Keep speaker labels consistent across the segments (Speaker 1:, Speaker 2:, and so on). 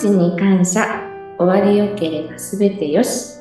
Speaker 1: ちに感謝。終わりよければすべてよし。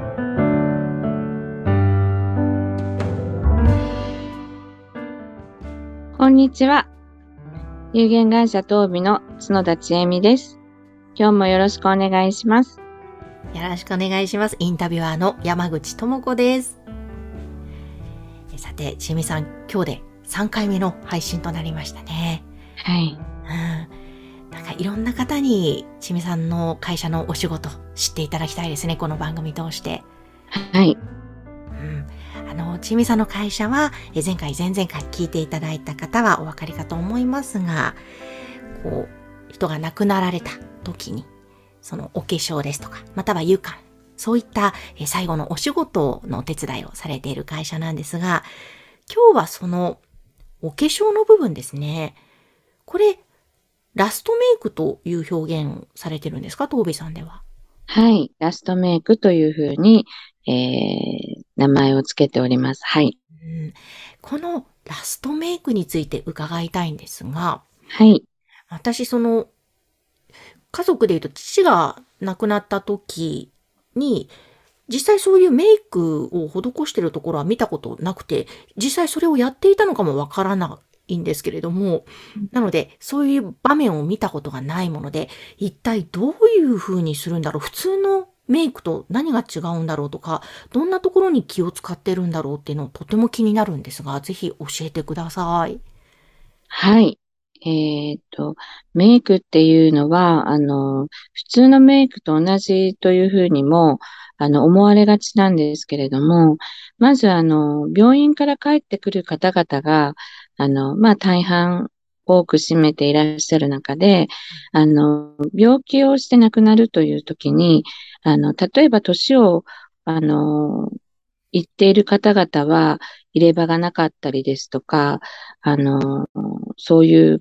Speaker 1: こんにちは。有限会社東美の角田千恵美です。今日もよろしくお願いします。
Speaker 2: よろしくお願いします。インタビュアーの山口智子です。さて、千恵美さん、今日で3回目の配信となりましたね。
Speaker 1: はい。
Speaker 2: なんかいろんな方に千恵美さんの会社のお仕事知っていただきたいですね、この番組通して。
Speaker 1: はい。
Speaker 2: 千恵美さんの会社は、前回、前々回聞いていただいた方はお分かりかと思いますが、人が亡くなられた時に、そのお化粧ですとか、または湯管、そういった最後のお仕事のお手伝いをされている会社なんですが、今日はそのお化粧の部分ですね。これ、ラストメイクという表現されてるんですか、東美さんでは。
Speaker 1: はい。ラストメイクというふうに、名前をつけております。はい。
Speaker 2: このラストメイクについて伺いたいんですが、
Speaker 1: はい。
Speaker 2: 私家族で言うと父が亡くなった時に、実際そういうメイクを施しているところは見たことなくて、実際それをやっていたのかもわからないんですけれども、なのでそういう場面を見たことがないもので、一体どういう風にするんだろう、普通のメイクと何が違うんだろうとか、どんなところに気を使ってるんだろうっていうのとても気になるんですが、ぜひ教えてください。
Speaker 1: はい。メイクっていうのは、普通のメイクと同じというふうにも、思われがちなんですけれども、まず、病院から帰ってくる方々が、大半多く占めていらっしゃる中で、病気をして亡くなるという時に、例えば年を、あの、言っている方々は、入れ歯がなかったりですとか、そういう、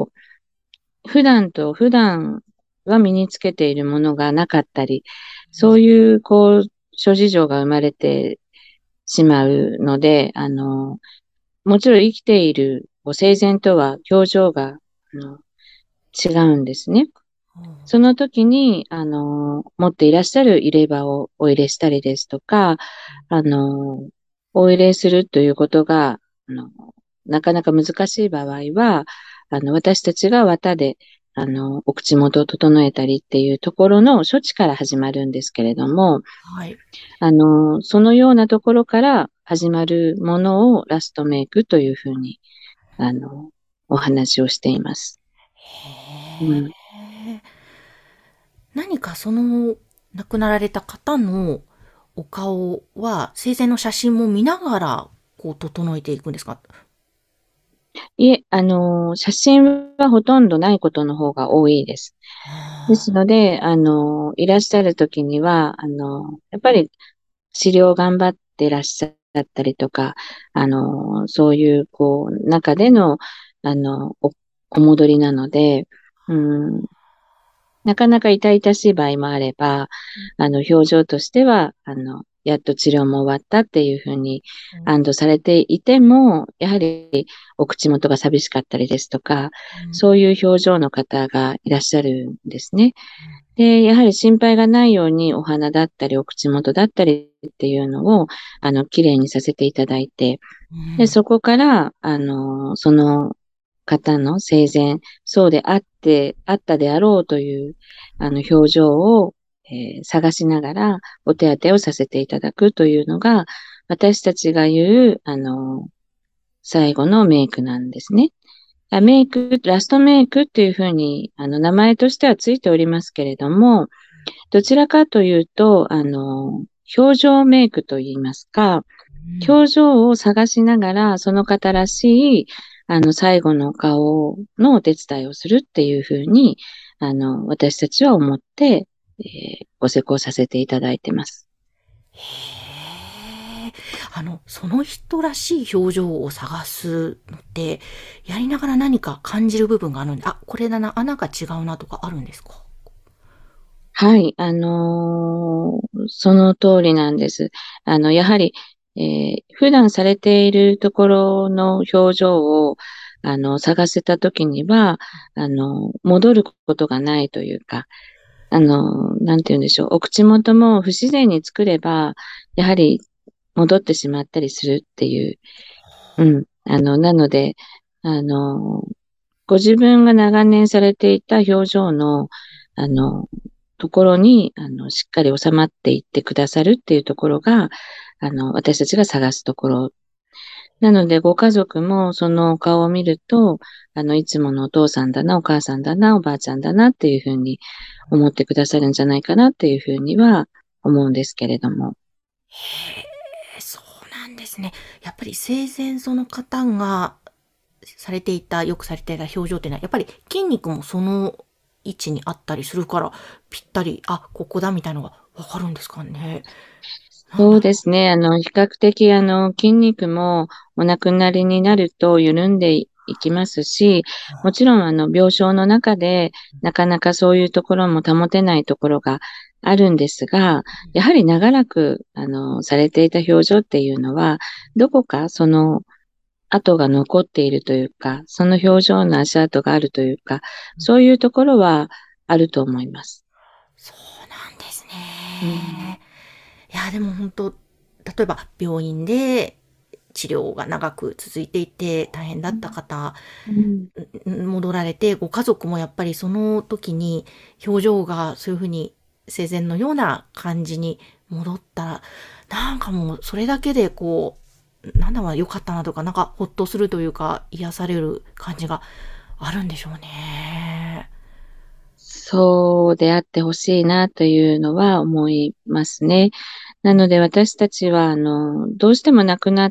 Speaker 1: 普段は身につけているものがなかったり、そういう、諸事情が生まれてしまうので、もちろん生きている生前とは表情が、違うんですね。その時に、持っていらっしゃる入れ歯をお入れしたりですとか、あの、お入れするということが、なかなか難しい場合は、私たちが綿で、お口元を整えたりっていうところの処置から始まるんですけれども、
Speaker 2: はい。
Speaker 1: そのようなところから始まるものをラストメイクというふうに、あの、お話をしています。う
Speaker 2: へ
Speaker 1: ん
Speaker 2: え。何か亡くなられた方のお顔は、生前の写真も見ながら、整えていくんですか？
Speaker 1: いえ、写真はほとんどないことの方が多いです。です
Speaker 2: は
Speaker 1: ので、いらっしゃる時には、やっぱり治療頑張ってらっしゃったりとか、そういう、中での、お戻りなので、うん、なかなか痛々しい場合もあれば、表情としては、やっと治療も終わったっていうふうに安堵されていても、やはりお口元が寂しかったりですとか、そういう表情の方がいらっしゃるんですね。で、やはり心配がないようにお鼻だったりお口元だったりっていうのを、綺麗にさせていただいて、で、そこから、その方の生前、そうであったであろうという、表情を、探しながらお手当てをさせていただくというのが、私たちが言う、最後のメイクなんですね。ラストメイクっていうふうに、名前としてはついておりますけれども、どちらかというと、表情メイクといいますか、表情を探しながら、その方らしい、最後の顔のお手伝いをするっていうふうに、私たちは思って、ご施工させていただいてます。
Speaker 2: へえ。その人らしい表情を探すのって、やりながら何か感じる部分があるんで、あ、これだな、あ、なんか違うなとかあるんですか？
Speaker 1: はい、その通りなんです。やはり、普段されているところの表情を、探せたときには、戻ることがないというか、 なんて言うんでしょう。お口元も不自然に作れば、やはり戻ってしまったりするっていう。うん。なので、あの、ご自分が長年されていた表情の、あの、ところに、しっかり収まっていってくださるっていうところが、私たちが探すところなので、ご家族もそのお顔を見ると、いつものお父さんだな、お母さんだな、おばあちゃんだなっていうふうに思ってくださるんじゃないかなっていうふうには思うんですけれども。
Speaker 2: へえ、そうなんですね。やっぱり生前その方がされていた、よくされていた表情っていうのは、やっぱり筋肉もその位置にあったりするから、ぴったり、あ、ここだみたいなのがわかるんですかね。なん
Speaker 1: そう
Speaker 2: だろ
Speaker 1: ですね。比較的、筋肉もお亡くなりになると緩んでいきますし、もちろん、病床の中で、なかなかそういうところも保てないところがあるんですが、やはり長らく、されていた表情っていうのは、どこかその跡が残っているというか、その表情の足跡があるというか、そういうところはあると思います。
Speaker 2: う。そうなんです
Speaker 1: うん。
Speaker 2: ね。いや、でも本当、例えば病院で治療が長く続いていて大変だった方、
Speaker 1: うん。
Speaker 2: 戻られて、ご家族もやっぱりその時に表情がそういう風に生前のような感じに戻ったら、なんかもうそれだけでこう、なんだろう、良かったなとか、なんかほっとするというか、癒される感じがあるんでしょうね。
Speaker 1: そうであってほしいなというのは思いますね。なので私たちは、どうしてもなくなって、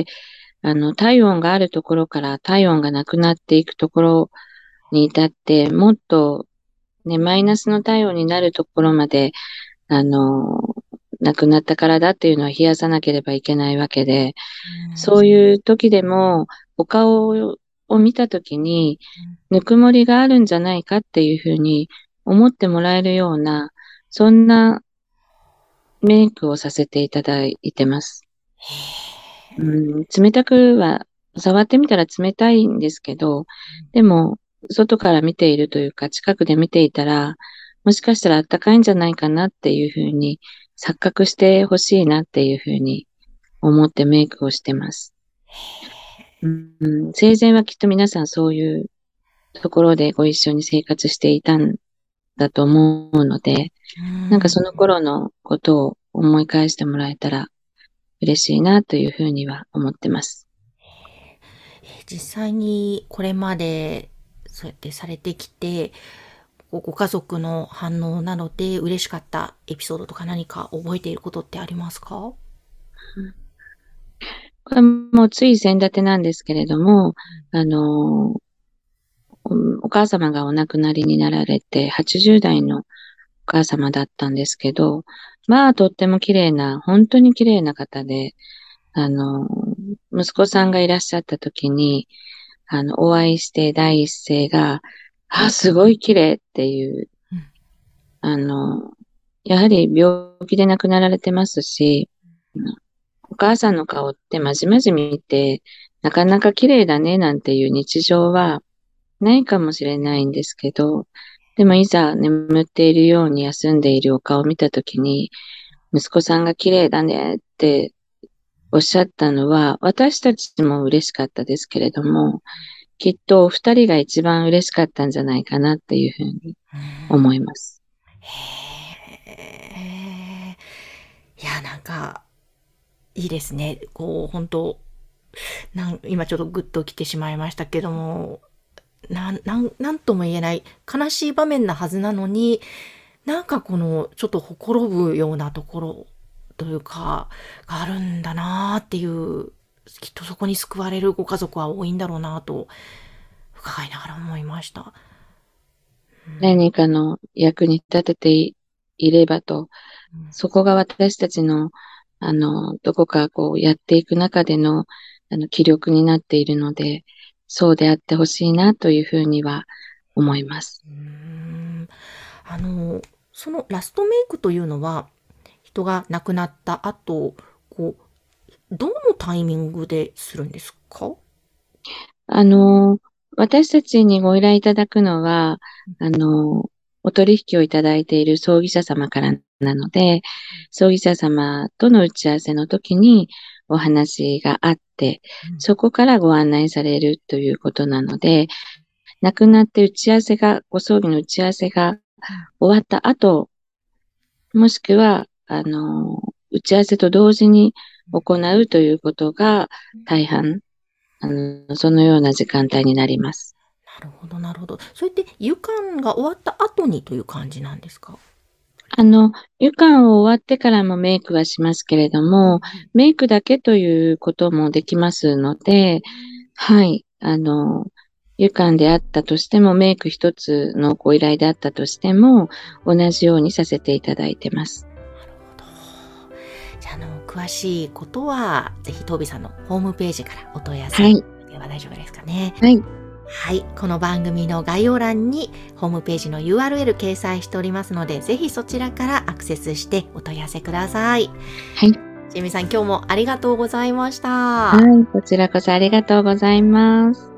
Speaker 1: 体温があるところから体温がなくなっていくところに至って、もっとね、マイナスの体温になるところまで、あの、亡くなった体っていうのは冷やさなければいけないわけで、そういう時でも、お顔を見た時に、ぬくもりがあるんじゃないかっていうふうに思ってもらえるような、そんなメイクをさせていただいてます。うん、冷たくは、触ってみたら冷たいんですけど、でも、外から見ているというか、近くで見ていたら、もしかしたら暖かいんじゃないかなっていうふうに、錯覚してほしいなっていうふうに思ってメイクをしてます。うん、生前はきっと皆さんそういうところでご一緒に生活していたんだと思うので、
Speaker 2: うん。
Speaker 1: なんかその頃のことを思い返してもらえたら嬉しいなというふうには思ってます。
Speaker 2: 実際にこれまでそうやってされてきて、ご家族の反応などで嬉しかったエピソードとか何か覚えていることってありますか？
Speaker 1: これもつい先立てなんですけれども、あの、お母様がお亡くなりになられて、80代のお母様だったんですけど、まあ、とっても綺麗な、本当に綺麗な方で、あの、息子さんがいらっしゃった時に、お会いして第一声が、あ、すごい綺麗っていう、
Speaker 2: うん。
Speaker 1: あの、やはり病気で亡くなられてますし、お母さんの顔ってまじまじ見て、なかなか綺麗だねなんていう日常はないかもしれないんですけど、でもいざ眠っているように休んでいるお顔を見たときに、息子さんが綺麗だねっておっしゃったのは、私たちも嬉しかったですけれども、きっとお二人が一番嬉しかったんじゃないかなっていうふうに思います。
Speaker 2: へえ。いや、なんか、いいですね。こう、本当今ちょっとグッと来てしまいましたけども、なんとも言えない悲しい場面なはずなのに、なんかこの、ちょっとほころぶようなところというか、があるんだなーっていう、きっとそこに救われるご家族は多いんだろうなと、伺いながら思いました。
Speaker 1: 何かの役に立てていればと、そこが私たちの、どこかこうやっていく中での、気力になっているので、そうであってほしいなというふうには思います。
Speaker 2: うーん。あの、そのラストメイクというのは、人が亡くなった後、こどのタイミングでするんですか？
Speaker 1: あの、私たちにご依頼いただくのは、 お取引をいただいている葬儀社様からなので、葬儀社様との打ち合わせの時にお話があって、そこからご案内されるということなので、亡くなってご葬儀の打ち合わせが終わった後、もしくは、打ち合わせと同時に行うということが大半、そのような時間帯になります。
Speaker 2: なるほど、なるほど。それって、湯館が終わった後にという感じなんですか？
Speaker 1: 湯館を終わってからもメイクはしますけれども、メイクだけということもできますので、はい、湯館であったとしても、メイク一つのご依頼であったとしても、同じようにさせていただいてます。
Speaker 2: なるほど。じゃあ、詳しいことは、ぜひ、トービーさんのホームページからお問い合わせでは大丈夫ですかね。
Speaker 1: はい。
Speaker 2: はい。この番組の概要欄にホームページの URL 掲載しておりますので、ぜひそちらからアクセスしてお問い合わせください。
Speaker 1: はい。
Speaker 2: ちえみさん、今日もありがとうございました。
Speaker 1: はい。こちらこそありがとうございます。